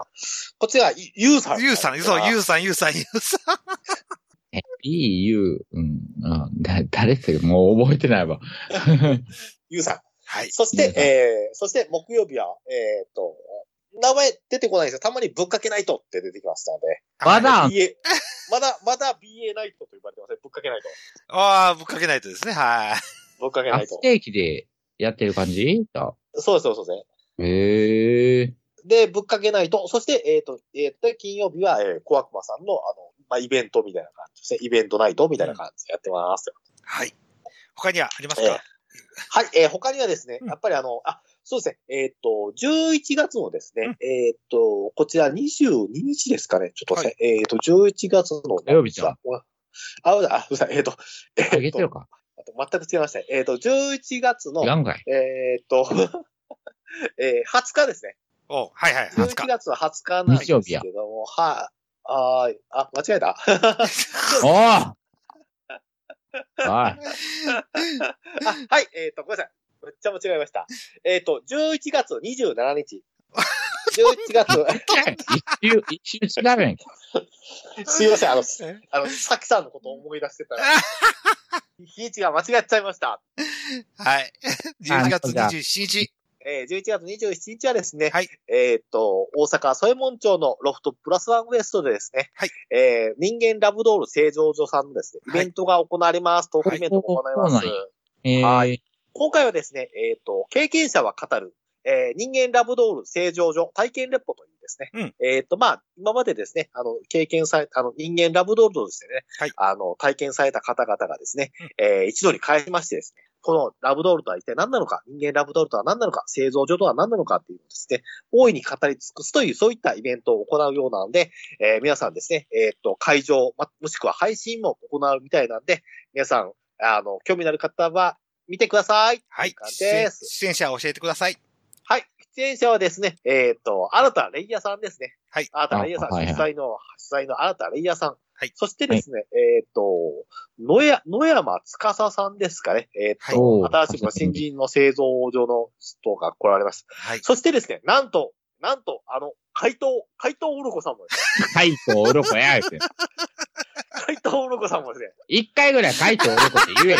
こちらは、ユウさん。 ユウさん、そう、ユウさん、ユウさん、ユウさん。 え、いい、ユウ、うん、あ、だ、誰っすかもう覚えてないわ。 ユウさん。 はい。 そして、えー、そして木曜日は、えっ、と、名前出てこないんですよ。たまにぶっかけナイトって出てきましたので。 まだ ?ビーエー、まだ、まだ ビーエー ナイトと言われてますね。ぶっかけナイト。 ああ、ぶっかけナイトですね。はい。 ぶっかけナイト。 不定期でやってる感じそうです、そうです。 へえ。 で、ぶっかけナイト。そして、えっ、ー、と、えっ、ー、と、金曜日は、えー、小悪魔さんの、あの、まあ、イベントみたいな感じですね。イベントナイトみたいな感じでやってます。 うん、はい。他にはありますか？えーはい、えー、他にはですね、やっぱりあの、あ、そうですね、えっ、ー、と、じゅういちがつのですね、うん、えっ、ー、と、こちらにじゅうににちですかね、ちょっとですね、はい、えっ、ー、と、じゅういちがつの、 火曜日じゃん。あ、 あ、あ、うるさい、えっ、ー、と、えっ、 ー、と、 あと全く違いました。えっ、ー、と、じゅういちがつの、 えっ、ー、と、えー、はつかですね。 お、はいはい、 じゅういちがつははつかなんですけども、はい、あ、あ、間違えた。 おーはい。はい、えっ、ー、と、ごめんなさい。めっちゃ間違えました。えっ、ー、と、じゅういちがつにじゅうしちにち。じゅういちがつ。 一周、一周違うやん。 すいません、あの、あの、さきさんのことを思い出してたら、日にちが間違っちゃいました。 はい。じゅういちがつにじゅうしちにち。 えー、じゅういちがつにじゅうしちにちはですね、 はい、 えっ、ー、と、大阪添門町のロフトプラスワンウエストでですね、 はい、 えー、人間ラブドール製造所さんのですね、イベントが行われます。トークイベントが行います。 はいはい。今回はですね、えっ、ー、と、経験者は語る、えー、人間ラブドール製造所体験レポというですね、 うん、 えっ、ー、と、まあ、今までですね、あの、経験された、あの、人間ラブドールとしてね、 はい、 あの、体験された方々がですね、 うん、 えー、一度に返しましてですね、このラブドールとは一体何なのか、人間ラブドールとは何なのか、製造所とは何なのかっていうのをですね、大いに語り尽くすという、そういったイベントを行うようなので、えー、皆さんですね、えっ、ー、と、会場、ま、もしくは配信も行うみたいなんで、皆さん、あの、興味のある方は見てください。 はい。 です。 出演者を教えてください。 はい。出演者はですね、えっ、ー、と、新田レイヤさんですね。 はい。 新田レイヤさん、主催の、主催の新田レイヤさん。 はい。 そしてですね、はい、えっ、ー、と、野や、野山司さんですかね。えっ、ー、と、はい、新しく新人の製造所の人が来られます。 はい。 そしてですね、なんと、なんと、あの、怪盗、怪盗うろこさんもですね。怪盗うろこやーって。 怪盗うろこさんもですね。 一回ぐらい怪盗うろこって言えよ。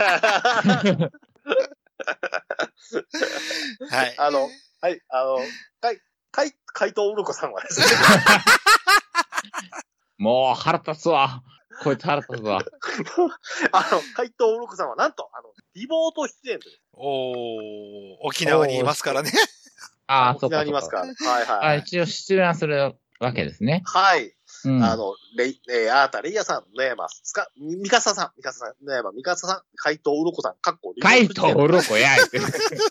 はい。あの、はい、あの、怪、怪、怪盗うろこさんはですね。 もう腹立つわ。こいつ腹立つわ。 あの、怪盗うろこさんはなんと、あの、リモート出演という。 おー、沖縄にいますからね。 ああ、そうか。 沖縄にいますからね。はいはい、はい。 あ、一応出演するわけですね。 はい。うん、あの、レイ、えー、あーたレイヤさん、野山、つか、ミカサさん、ミカサさん、野山、ミカサさん、怪盗うろこさん、かっこ、 怪盗うろこやーって。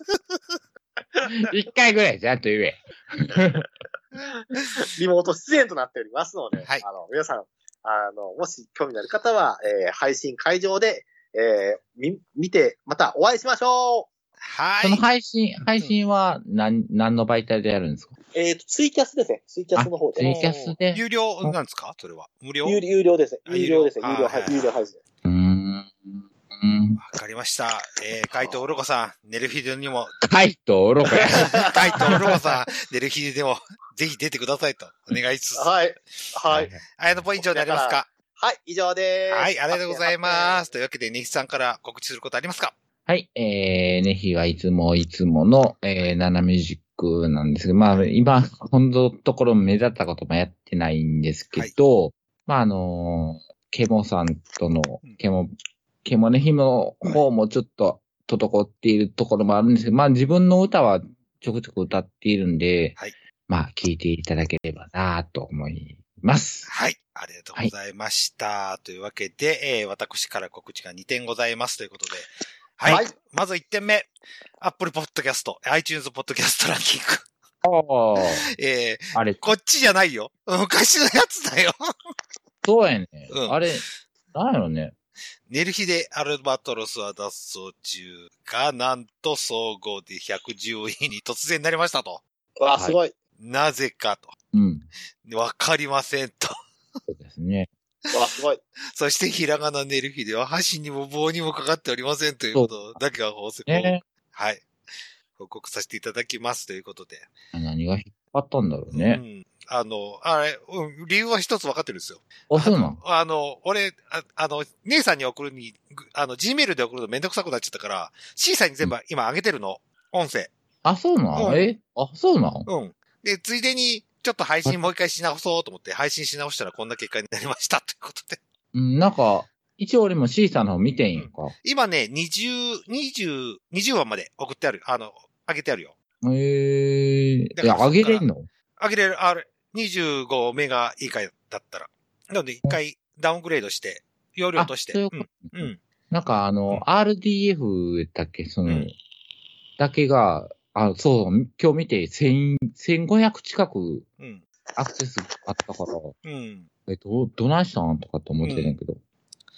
一回ぐらいちゃんと言え。 リモート出演となっておりますので、 はい、 あの、皆さん、 あの、もし興味のある方は、えー、配信会場で、えー、み、見て、またお会いしましょう。 はい。 その配信、配信は何、何の媒体でやるんですか？ えっと、ツイキャスですね。ツイキャスの方で。 ツイキャスで。 有料なんですかそれは。無料？ 有有料ですね。有料ですね。有料、はい、有料配信。 うーん。 わかりました。えー、カイトオロコさん、ネルヒデにも。 カイトオロコや。 カイトオロコさん、ネルヒデでも、ぜひ出てくださいと、お願いします。 はい。はい。 あやのポイントになりますか？ はい、以上です。 はい、ありがとうございます。というわけで、ネヒさんから告知することありますか？ はい、えー、ネヒはいつもいつもの、えー、ナナミュージックなんですけど、まあ、今、ほんのところ目立ったこともやってないんですけど、はい、まあ、あのー、ケモさんとの、ケモ、ケモネヒの方もちょっと滞っているところもあるんですけど、まあ、自分の歌はちょくちょく歌っているんで、はい、まあ、聴いていただければなと思います。 はい。ありがとうございました。はい、というわけで、えー、私から告知がにてんございますということで、はい。はい、まずいってんめ。Apple Podcast、iTunes Podcast ランキング。 ああ。 えー、あれ。こっちじゃないよ。昔のやつだよ。 そうやね。うん、あれ、なんやろね。 ネルヒデアルバトロスは脱走中が、なんと総合でひゃくじゅういに突然なりましたと。 わあ、すごい。 なぜかと。 うん。 わかりませんと。 そうですね。 わ、すごい。 そして、ひらがなネルヒデは箸にも棒にもかかっておりませんということだけは法則を、ね、はい。報告させていただきますということで。 何が引っ張ったんだろうね。 うん。あの、あれ、うん、理由は一つ分かってるんですよ。 あ、そうなの？ あの、俺、あ, あの、姉さんに送るに、あの、Gmail で送るとめんどくさくなっちゃったから、C さんに全部今上げてるの、音声。 あ、そうなの、うん、えあ、そうなのうん。で、ついでに、ちょっと配信もう一回し直そうと思って、配信し直したらこんな結果になりましたということで。 うん、なんか、一応俺も C さんの方見てんよか、うん。 今ね、にじゅう、にじゅう、にじゅうわまで送ってある。あの、上げてあるよ。 へえー。いや、上げれんの？ 上げれる、あれ、にじゅうごメガ以下だったら。なので一回ダウングレードして、容量として。 そういうこと、うん。うん。なんかあの、うん、アールディーエフ だっけ、その、うん、だけが、あ、そう、今日見てせんごひゃく近くアクセスあったから、うん、え、ど、どないしたんとかって思ってたんやけど。うん、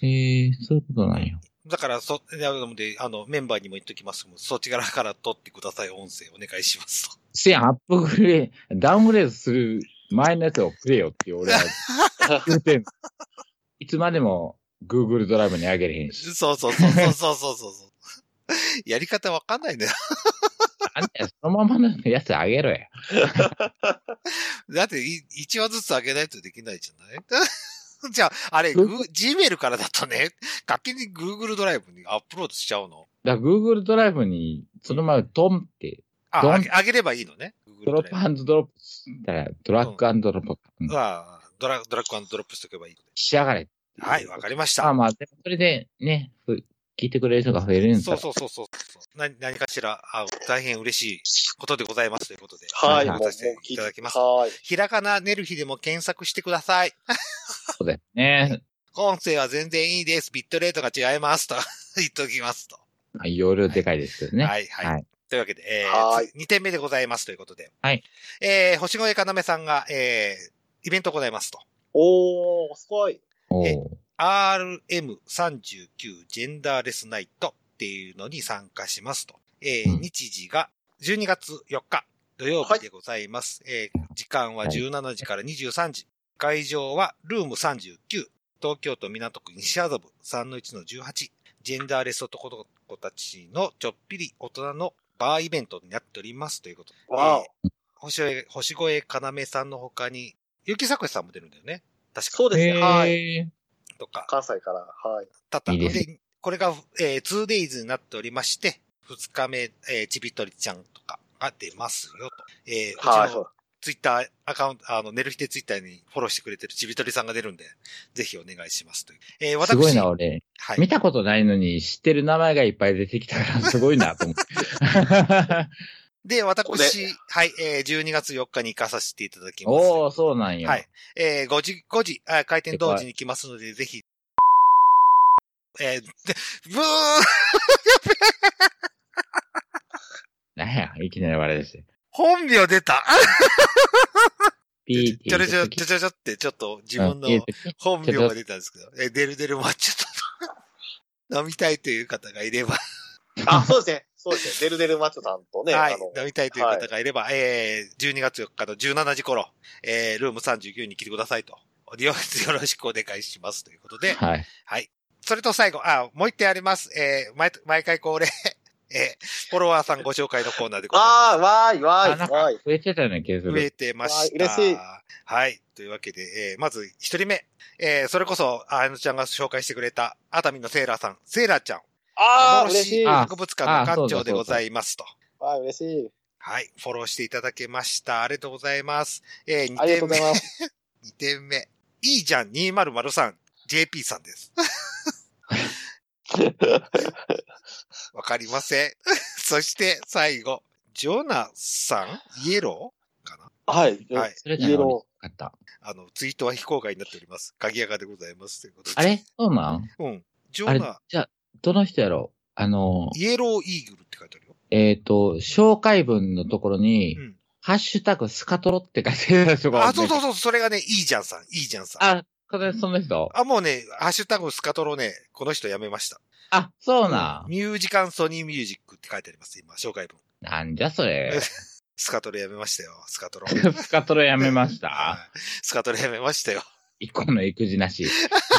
へえ、そういうことなんや。 だから、そ、なので、あの、メンバーにも言っときますけど、そちらから取ってください、音声お願いしますと。 せや、アップグレー、ダウングレードする前のやつをくれよって俺は言うてんの。いつまでも Google ドライブに上げれへんし。 そうそうそうそうそうそうそう。やり方わかんないんだよ。 あんたそのままのやつあげろや。 だってい、一話ずつあげないとできないじゃないじゃあ、あれ、Gmail からだとね、勝手に Google ドライブにアップロードしちゃうの。 だから Google ドライブに、そのままドンって。 あ、あげ、あげればいいのね。 ドロップアンドドロップしたら、ドラッグアンドドロップ。 うんうん、ああ、ドラ、ドラッグアンドドロップしとけばいいので。 仕上がれ。 はい、わかりました。 あ、まあ、でもそれでね、聞いてくれる人が増えるんだ。 そうそうそうそう。何、何かしら、あ、大変嬉しいことでございますということで。 はい。 させていただきます。 はい。 ひらがなネルヒでも検索してください。 そうですね。 音声は全然いいです。ビットレートが違いますと言っておきますと。 はい、容量でかいですけどね。 はい、はい、はい。というわけで、えー、にてんめでございますということで。 はい。 えー、星越かなめさんが、えー、イベントございますと。 おー、すごい。 おー。 アールエムさんじゅうきゅう ジェンダーレスナイトっていうのに参加しますと。えーうん、日時がじゅうにがつよっか土曜日でございます。はい、えー、時間はじゅうしちじからにじゅうさんじ。会場はルームさんじゅうきゅう。東京都港区西麻布 さんのいちのじゅうはち。ジェンダーレス男の子たちのちょっぴり大人のバーイベントになっておりますということで。 わえー、星越、星越かなめさんの他に、ゆきさくしさんも出るんだよね。確か。 そうですね。はい。 とか。 関西から、はい。 たった。で、これが、えー、ツーデイズになっておりまして、ふつかめ、えー、ちびとりちゃんとかが出ますよと。えー、 はい、 うちのツイッターアカウント、あの、ネルヒテツイッターにフォローしてくれてるちびとりさんが出るんで、ぜひお願いしますという。えー、私。 すごいな、俺。 はい。 見たことないのに知ってる名前がいっぱい出てきたからすごいなと思って。 で、私、はい、えー、じゅうにがつよっかに行かさせていただきます。 おー、そうなんや。 はい。えー、ごじ、ごじ、あ開店同時に来ますので、ぜひ、えー、で、ブーなんや、いきなり笑いですよ。 本名出たピーってちょろちょろちょちょちょってちょっと自分の本名が出たんですけど、え、デルデルマッチョと飲みたいという方がいれば。 あ、そうですね。そうですね。デルデルマッチョさんとね。 はい。飲みたいという方がいれば、はい、えー、じゅうにがつよっかのじゅうしちじ頃、えー、ルームさんじゅうきゅうに来てくださいと。よろしくお願いしますということで。 はい。 はい。それと最後、あ、もう一点あります。えー、毎、毎回恒例、えー、フォロワーさんご紹介のコーナーでございます。 ああ、わーい、わーい、わーい。 増えてたよね、気がする。 増えてました。 嬉しい。 はい。というわけで、えー、まず一人目。えー、それこそ、あやのちゃんが紹介してくれた、熱海のセーラーさん、セーラーちゃん。 ああ、嬉しい。 博物館の館長でございますと。 ああ、嬉しい。 はい。フォローしていただけました。ありがとうございます。えー、にてんめ。 ありがとうございます。 にてんめ。いいじゃんにせんさん、ジェーピー さんです。わかりません。そして最後、ジョナさんイエローかなはい。 はい。 イエロー。あった。 あの、ツイートは非公開になっております。鍵垢でございます。ということで。 あれそうなんうん。ジョナ。 じゃあ、どの人やろうあの、 イエローイーグルって書いてあるよ。 えっ、ー、と、紹介文のところに、うん、ハッシュタグスカトロって書いてある人が、ね。 あ、そうそうそう、それがね、いいじゃんさん、いいじゃんさん。 あ、これ、その人あ、もうね、ハッシュタグスカトロね、この人やめました。 あ、そうな、 うん。ミュージカンソニーミュージックって書いてあります、今、紹介文。 なんじゃそれ。 スカトロやめましたよ、スカトロ。 スカトロやめましたスカトロやめましたよ。 一個の育児なし。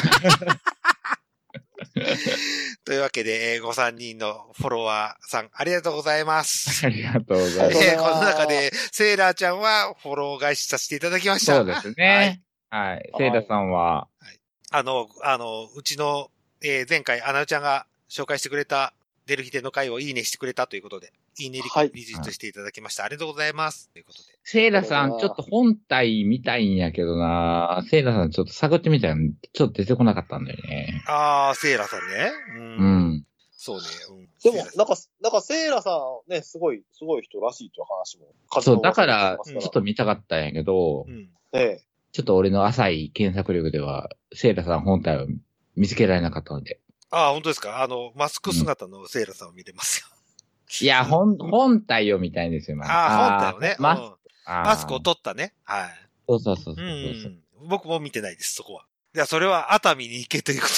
というわけで、ごさんにんのフォロワーさん、ありがとうございます。 ありがとうございます。 えー、この中で、セーラーちゃんはフォロー返しさせていただきました。 そうですね。はい。はい、セーラーさんは、 はい、あの、あの、うちの、えー、前回、アナウちゃんが紹介してくれた、デルヒテの回をいいねしてくれたということで、いいねリツイートしていただきました。はい、ありがとうございます。ということで。 セーラさん、ちょっと本体見たいんやけどなセーラさんちょっと探ってみたら、ちょっと出てこなかったんだよね。 あー、セーラさんね。うん。うん、そうね。うん、 でも、なんか、なんかセーラさんね、すごい、すごい人らしいという話も。 そう、だから、ちょっと見たかったんやけど、うん、 ええ、 ちょっと俺の浅い検索力では、セーラさん本体を見つけられなかったので。 ああ、本当ですか。あの、マスク姿のセーラさんを見れますよ。 うん、いや、本、本体を見たいんですよ、 まあ。ああ、本体をね。 マスク、マスクを取ったね。はい。 そうそうそうそうそう、 うん。僕も見てないです、そこは。じゃあ、それは熱海に行けということです。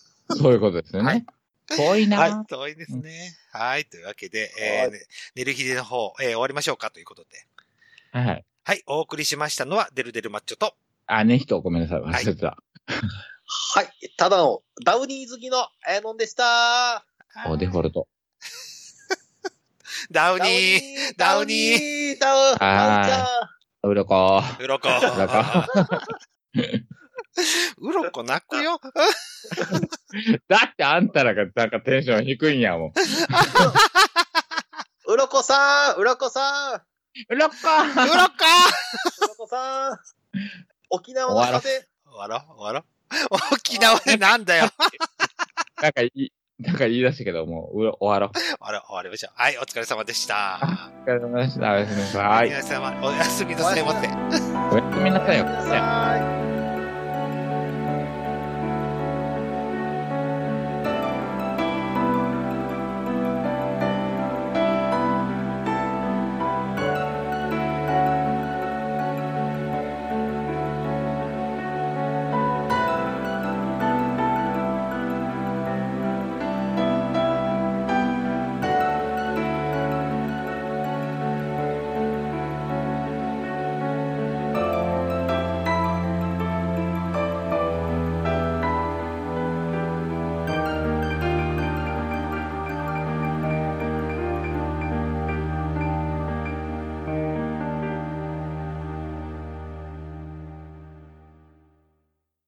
そういうことですよね。はい、遠いな、 はい、遠いですね。うん、はい。というわけで、えー、ね、寝る日での方、えー、終わりましょうかということで。 はい。 はい。お送りしましたのは、デルデルマッチョと。 あ、ね、人ごめんなさい。忘れてた。 はい。ただのダウニー好きのあやのんでした。 お、デフォルト。 ダウニー、ダウニー、 ダウ、ダウちゃん。うろこ。 うろこ。 うろこ。 うろこ泣くよ。 だってあんたらがなんかテンション低いんやもん。 うろこさん、うろこさん。 うろこうろこうろこさん。沖縄の風。 終わろう終わろう沖縄でなんだよ。 なんかいい、なんか言い出したけど、もう、終わろう。 終わろう、終わりましょう。はい、お疲れ様でした。 お疲れ様でした。おやすみなさい。 おやすみなさい。おやすみなさいませ。 おやすみなさいよ。